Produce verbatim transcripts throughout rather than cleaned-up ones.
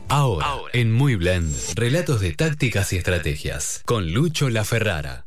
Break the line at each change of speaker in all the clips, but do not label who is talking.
Ahora, Ahora, en Muy Blend, relatos de tácticas y estrategias, con Lucho Laferrara.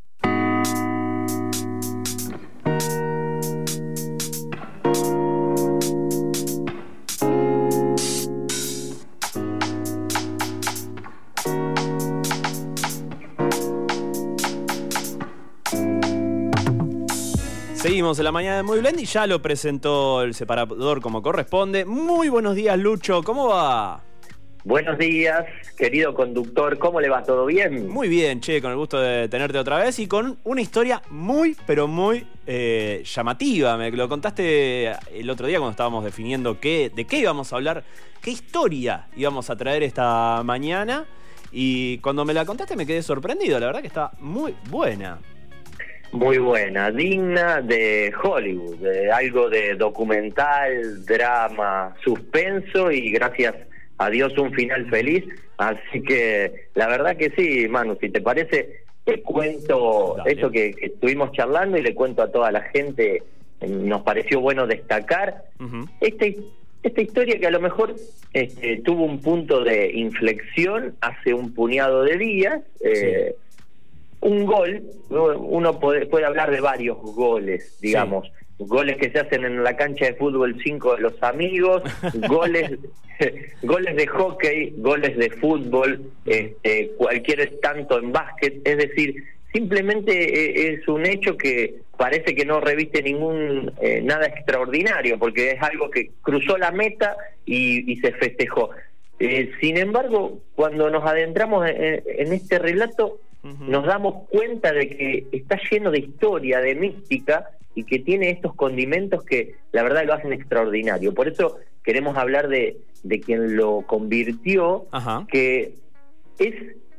Seguimos en la mañana de Muy Blend y ya lo presentó el separador como corresponde. Muy buenos días, Lucho, ¿cómo va?
Buenos días, querido conductor, ¿cómo le va? ¿Todo bien?
Muy bien, che, con el gusto de tenerte otra vez y con una historia muy, pero muy eh, llamativa. Me lo contaste el otro día cuando estábamos definiendo qué, de qué íbamos a hablar, qué historia íbamos a traer esta mañana, y cuando me la contaste me quedé sorprendido, la verdad que está muy buena.
Muy buena, digna de Hollywood, de algo de documental, drama, suspenso y gracias a Dios un final feliz. Así que la verdad que sí, Manu, si te parece, te cuento Dale. Eso que, que estuvimos charlando y le cuento a toda la gente. Nos pareció bueno destacar uh-huh. este, esta historia que a lo mejor este, tuvo un punto de inflexión hace un puñado de días. Eh, sí. Un gol, uno puede, puede hablar de varios goles, digamos, sí. Goles que se hacen en la cancha de fútbol cinco de los amigos, goles goles de hockey, goles de fútbol, este, cualquier tanto en básquet, es decir, simplemente es un hecho que parece que no reviste ningún eh, nada extraordinario, porque es algo que cruzó la meta y, y se festejó. Eh, sin embargo, cuando nos adentramos en, en este relato, Uh-huh. nos damos cuenta de que está lleno de historia, de mística, y que tiene estos condimentos que la verdad lo hacen extraordinario. Por eso queremos hablar de, de quien lo convirtió, uh-huh. que es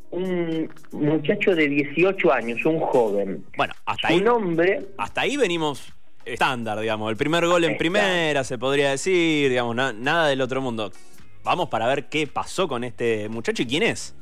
un muchacho de dieciocho años, un joven.
Bueno, hasta
Su
ahí,
nombre,
hasta ahí venimos estándar, digamos, el primer gol en primera, se podría decir, digamos, na- nada del otro mundo. Vamos para ver qué pasó con este muchacho y quién es.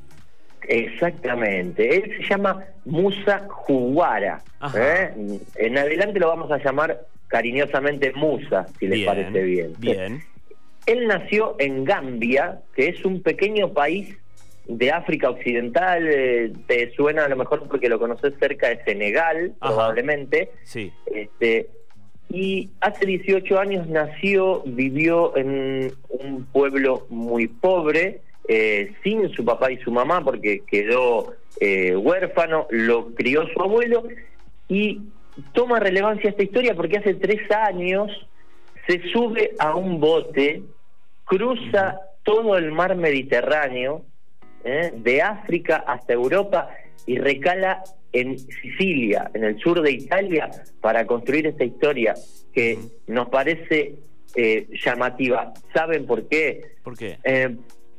Exactamente, él se llama Musa Juwara, ¿eh? En adelante lo vamos a llamar cariñosamente Musa, si les bien, parece bien.
Bien.
Él nació en Gambia, que es un pequeño país de África Occidental, eh, te suena a lo mejor porque lo conoces cerca de Senegal, Ajá. probablemente.
Sí.
Este, y hace dieciocho años nació, vivió en un pueblo muy pobre, Eh, sin su papá y su mamá, porque quedó eh, huérfano, lo crió su abuelo, y toma relevancia esta historia porque hace tres años se sube a un bote, cruza todo el mar Mediterráneo, eh, de África hasta Europa, y recala en Sicilia, en el sur de Italia, para construir esta historia que nos parece eh, llamativa. ¿Saben por qué?
¿Por qué?
Eh,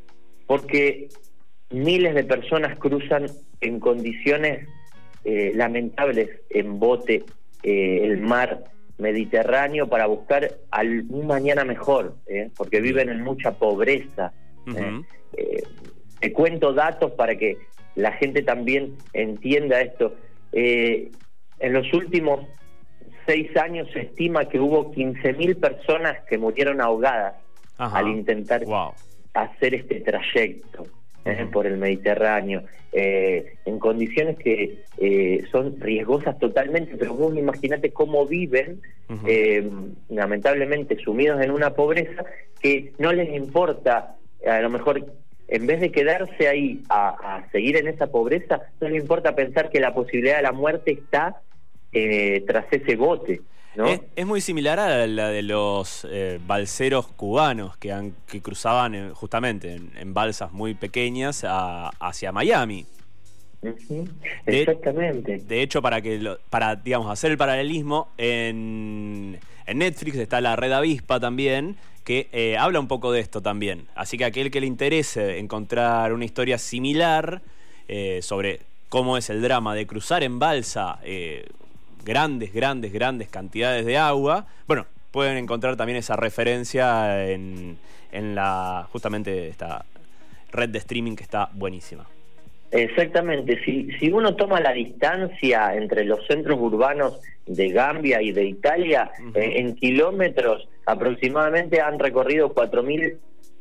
porque miles de personas cruzan en condiciones eh, lamentables en bote eh, el mar Mediterráneo para buscar al, un mañana mejor, eh, porque viven en mucha pobreza. Uh-huh. eh. Eh, te cuento datos para que la gente también entienda esto. Eh, en los últimos seis años se estima que hubo quince mil personas que murieron ahogadas Ajá. al intentar... Wow. hacer este trayecto eh, uh-huh. por el Mediterráneo, eh, en condiciones que eh, son riesgosas totalmente, pero vos imaginate cómo viven, uh-huh. eh, lamentablemente sumidos en una pobreza que no les importa, a lo mejor en vez de quedarse ahí a, a seguir en esa pobreza, no les importa pensar que la posibilidad de la muerte está eh, tras ese bote. ¿No?
Es, es muy similar a la de los eh, balseros cubanos que, han, que cruzaban en, justamente en, en balsas muy pequeñas a, hacia Miami.
Uh-huh. Exactamente.
De, de hecho, para que lo, para digamos hacer el paralelismo, en, en Netflix está la Red Avispa también, que eh, habla un poco de esto también. Así que a aquel que le interese encontrar una historia similar eh, sobre cómo es el drama de cruzar en balsa eh, grandes, grandes, grandes cantidades de agua, bueno, pueden encontrar también esa referencia en, en la justamente esta red de streaming que está buenísima.
Exactamente, si, si uno toma la distancia entre los centros urbanos de Gambia y de Italia, uh-huh. eh, en kilómetros aproximadamente han recorrido cuatro mil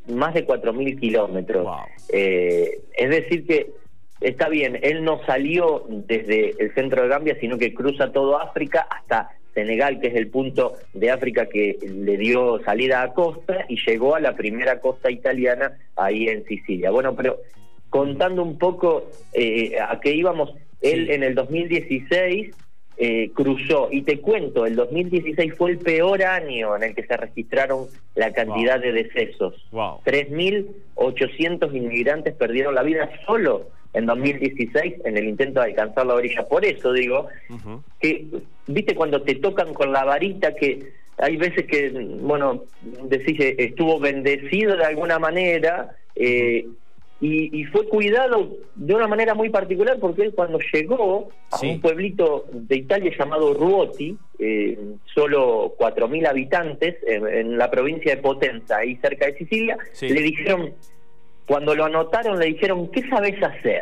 más de cuatro mil kilómetros.
Wow.
Eh, es decir que está bien, él no salió desde el centro de Gambia, sino que cruza todo África hasta Senegal, que es el punto de África que le dio salida a costa, y llegó a la primera costa italiana ahí en Sicilia. Bueno, pero contando un poco eh, a qué íbamos, él
Sí.
en el dos mil dieciséis eh, cruzó, y te cuento, el dos mil dieciséis fue el peor año en el que se registraron la cantidad
Wow.
de decesos.
Wow.
tres mil ochocientos inmigrantes perdieron la vida solo en dos mil dieciséis en el intento de alcanzar la orilla. Por eso digo
Uh-huh.
que, viste, cuando te tocan con la varita, que hay veces que, bueno, decís, eh, estuvo bendecido de alguna manera, eh, y, y fue cuidado de una manera muy particular, porque él cuando llegó a
Sí.
un pueblito de Italia llamado Ruoti, eh, solo cuatro mil habitantes, en, en la provincia de Potenza, ahí cerca de Sicilia,
Sí.
le dijeron, cuando lo anotaron, le dijeron, ¿qué sabés hacer?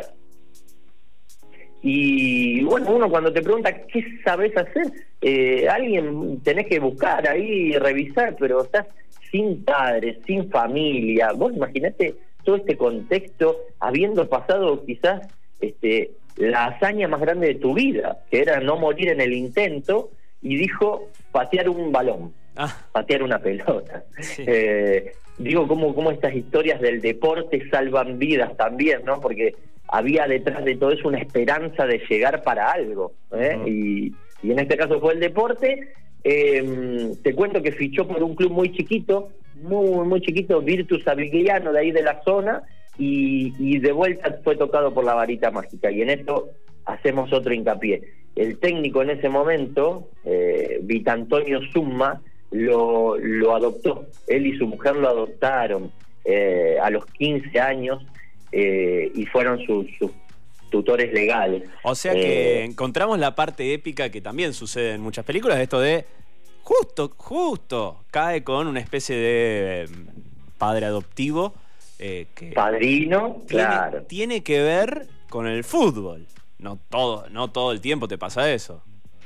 Y bueno, uno cuando te pregunta qué sabés hacer, eh, alguien tenés que buscar ahí, revisar, pero estás sin padres, sin familia. Vos imaginate todo este contexto, habiendo pasado quizás este, la hazaña más grande de tu vida, que era no morir en el intento, y dijo patear un balón,
Ah,
patear una pelota.
Sí.
Eh, digo, cómo, cómo estas historias del deporte salvan vidas también, ¿no? Porque había detrás de todo eso una esperanza de llegar para algo, ¿eh?
Uh-huh.
y, y en este caso fue el deporte. Eh, te cuento que fichó por un club muy chiquito, muy muy chiquito, Virtus Avigliano, de ahí de la zona, y, y de vuelta fue tocado por la varita mágica. Y en esto hacemos otro hincapié. El técnico en ese momento, eh, Vitantonio Summa, lo, lo adoptó. Él y su mujer lo adoptaron eh, a los quince años, eh, y fueron sus, sus tutores legales.
o sea que
Eh,
encontramos la parte épica que también sucede en muchas películas, esto de justo, justo, cae con una especie de eh, padre adoptivo eh, que
Padrino,
tiene,
claro.
tiene que ver con el fútbol. No todo, no todo el tiempo te pasa eso.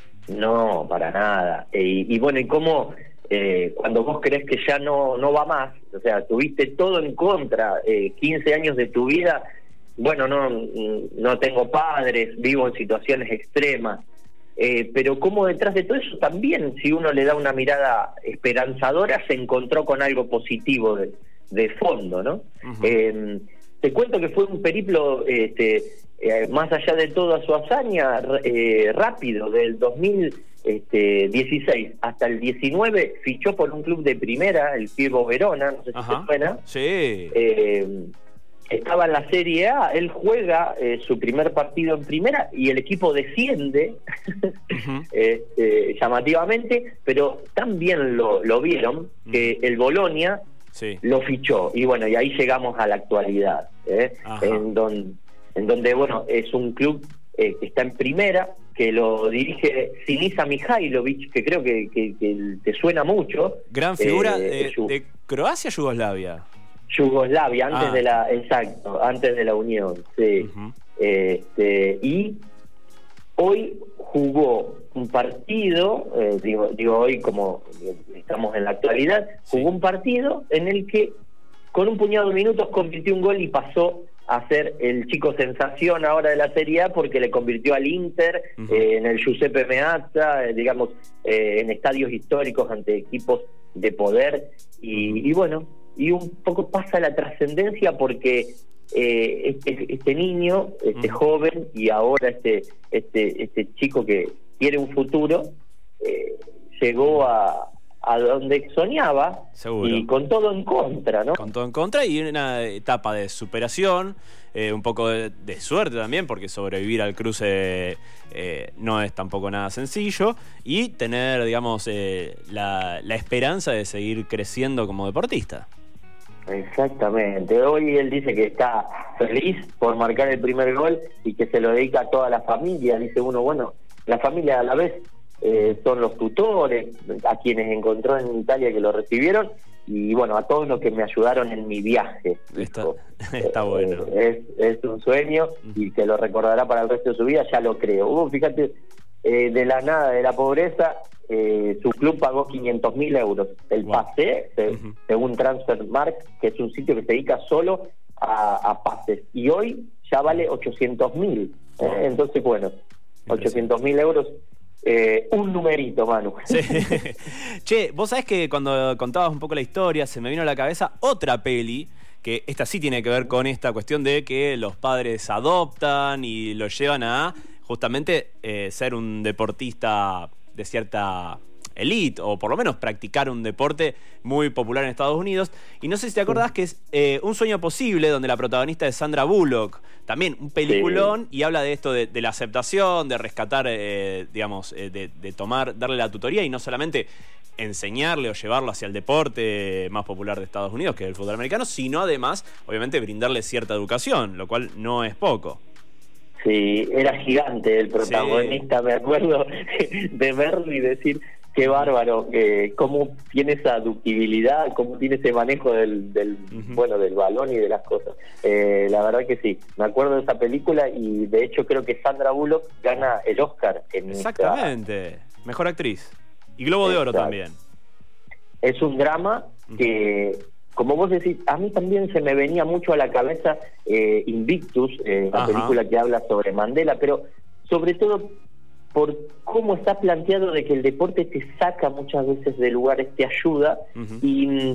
No, para nada. E- y, y bueno, y cómo eh, cuando vos crees que ya no, no va más, o sea, tuviste todo en contra, eh, quince años de tu vida, bueno, no, no tengo padres, vivo en situaciones extremas, eh, pero cómo detrás de todo eso también, si uno le da una mirada esperanzadora, se encontró con algo positivo de, de fondo, ¿no?
Ujú.
Eh, te cuento que fue un periplo, este, eh, más allá de toda su hazaña, r- eh, rápido, del dos mil dieciséis hasta el diecinueve, fichó por un club de primera, el Chievo Verona, no sé si
Ajá.
te suena.
Sí.
Eh, estaba en la Serie A, él juega eh, su primer partido en primera y el equipo desciende
Ujú.
este, llamativamente, pero también lo, lo vieron que el Bolonia
Sí.
lo fichó, y bueno, y ahí llegamos a la actualidad, ¿eh?
Ajá.
en, don, en donde, bueno, es un club eh, que está en primera, que lo dirige Sinisa Mihailovic, que creo que, que, que te suena mucho.
Gran figura
Eh,
de,
es yu-
de Croacia, Yugoslavia.
Yugoslavia, antes
Ah.
de la, exacto, antes de la unión, sí.
Ujú.
Este, y hoy jugó un partido, eh, digo, digo hoy como estamos en la actualidad, jugó
Sí.
un partido en el que con un puñado de minutos convirtió un gol y pasó a ser el chico sensación ahora de la Serie A, porque le convirtió al Inter
Ujú.
eh, en el Giuseppe Meazza, eh, digamos, eh, en estadios históricos ante equipos de poder, y, y bueno, y un poco pasa la trascendencia porque eh, este, este niño, este
Ujú.
joven, y ahora este, este, este chico que quiere un futuro, eh, llegó a, a donde soñaba,
Seguro.
y con todo en contra, ¿no?
Con todo en contra y una etapa de superación, eh, un poco de, de suerte también, porque sobrevivir al cruce eh, no es tampoco nada sencillo, y tener, digamos, eh, la, la esperanza de seguir creciendo como deportista.
Exactamente. Hoy él dice que está feliz por marcar el primer gol y que se lo dedica a toda la familia. Dice uno, bueno, la familia a la vez eh, son los tutores, a quienes encontró en Italia que lo recibieron, y bueno, a todos los que me ayudaron en mi viaje.
Está,
dijo.
está bueno.
Eh, es, es un sueño y que lo recordará para el resto de su vida, ya lo creo. Hubo, fíjate, eh, de la nada, de la pobreza, eh, su club pagó quinientos mil euros el
Wow.
pase, se-
Ujú.
según Transfermarkt, que es un sitio que se dedica solo a, a pases. Y hoy ya vale ochocientos mil.
Wow.
¿eh? Entonces, bueno, ochocientos mil euros, eh, un numerito, Manu.
Sí. Che, vos sabés que cuando contabas un poco la historia se me vino a la cabeza otra peli, que esta sí tiene que ver con esta cuestión de que los padres adoptan y los llevan a justamente eh, ser un deportista de cierta elite, o por lo menos practicar un deporte muy popular en Estados Unidos. Y no sé si te acordás que es eh, Un sueño posible, donde la protagonista es Sandra Bullock. También un peliculón, y habla de esto de, de la aceptación, de rescatar, eh, digamos, eh, de, de tomar, darle la tutoría y no solamente enseñarle o llevarlo hacia el deporte más popular de Estados Unidos, que es el fútbol americano, sino además, obviamente, brindarle cierta educación, lo cual no es poco.
Sí, era gigante el protagonista, sí. Me acuerdo de verlo y decir, qué bárbaro, eh, cómo tiene esa ductibilidad, cómo tiene ese manejo del, del uh-huh. bueno, del balón y de las cosas. Eh, la verdad que sí, me acuerdo de esa película y de hecho creo que Sandra Bullock gana el Oscar. En
Exactamente, esta... mejor actriz. Y Globo de Oro también.
Es un drama que, como vos decís, a mí también se me venía mucho a la cabeza eh, Invictus, eh, la Ajá. película que habla sobre Mandela, pero sobre todo por cómo está planteado de que el deporte te saca muchas veces de lugares, te ayuda, uh-huh. y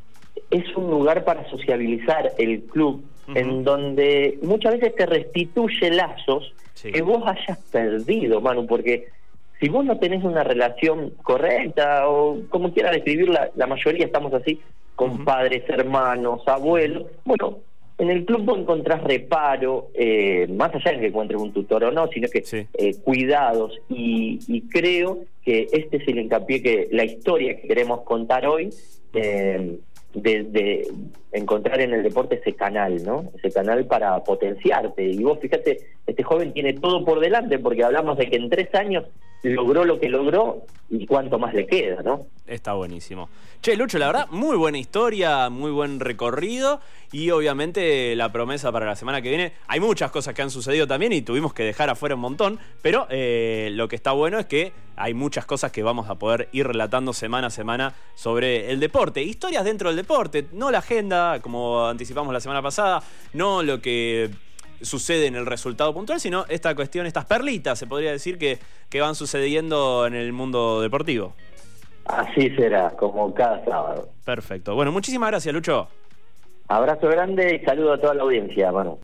es un lugar para sociabilizar el club, uh-huh. en donde muchas veces te restituye lazos sí. que vos hayas perdido, Manu, porque si vos no tenés una relación correcta, o como quieras describirla, la mayoría estamos así, con uh-huh. padres, hermanos, abuelos, bueno, en el club vos encontrás reparo, eh, más allá de que encuentres un tutor o no, sino que sí. eh, cuidados, y, y creo que este es el hincapié, que la historia que queremos contar hoy, eh, de, de encontrar en el deporte ese canal, ¿no? Ese canal para potenciarte. Y vos fíjate, este joven tiene todo por delante, porque hablamos de que en tres años logró lo que logró y cuánto más le queda, ¿no?
Está buenísimo. Che, Lucho, la verdad, muy buena historia, muy buen recorrido y obviamente la promesa para la semana que viene. Hay muchas cosas que han sucedido también y tuvimos que dejar afuera un montón, pero eh, lo que está bueno es que hay muchas cosas que vamos a poder ir relatando semana a semana sobre el deporte. Historias dentro del deporte, no la agenda, como anticipamos la semana pasada, no lo que sucede en el resultado puntual, sino esta cuestión, estas perlitas, se podría decir, que, que van sucediendo en el mundo deportivo.
Así será, como cada sábado.
Perfecto. Bueno, muchísimas gracias, Lucho.
Abrazo grande y saludo a toda la audiencia, Manu.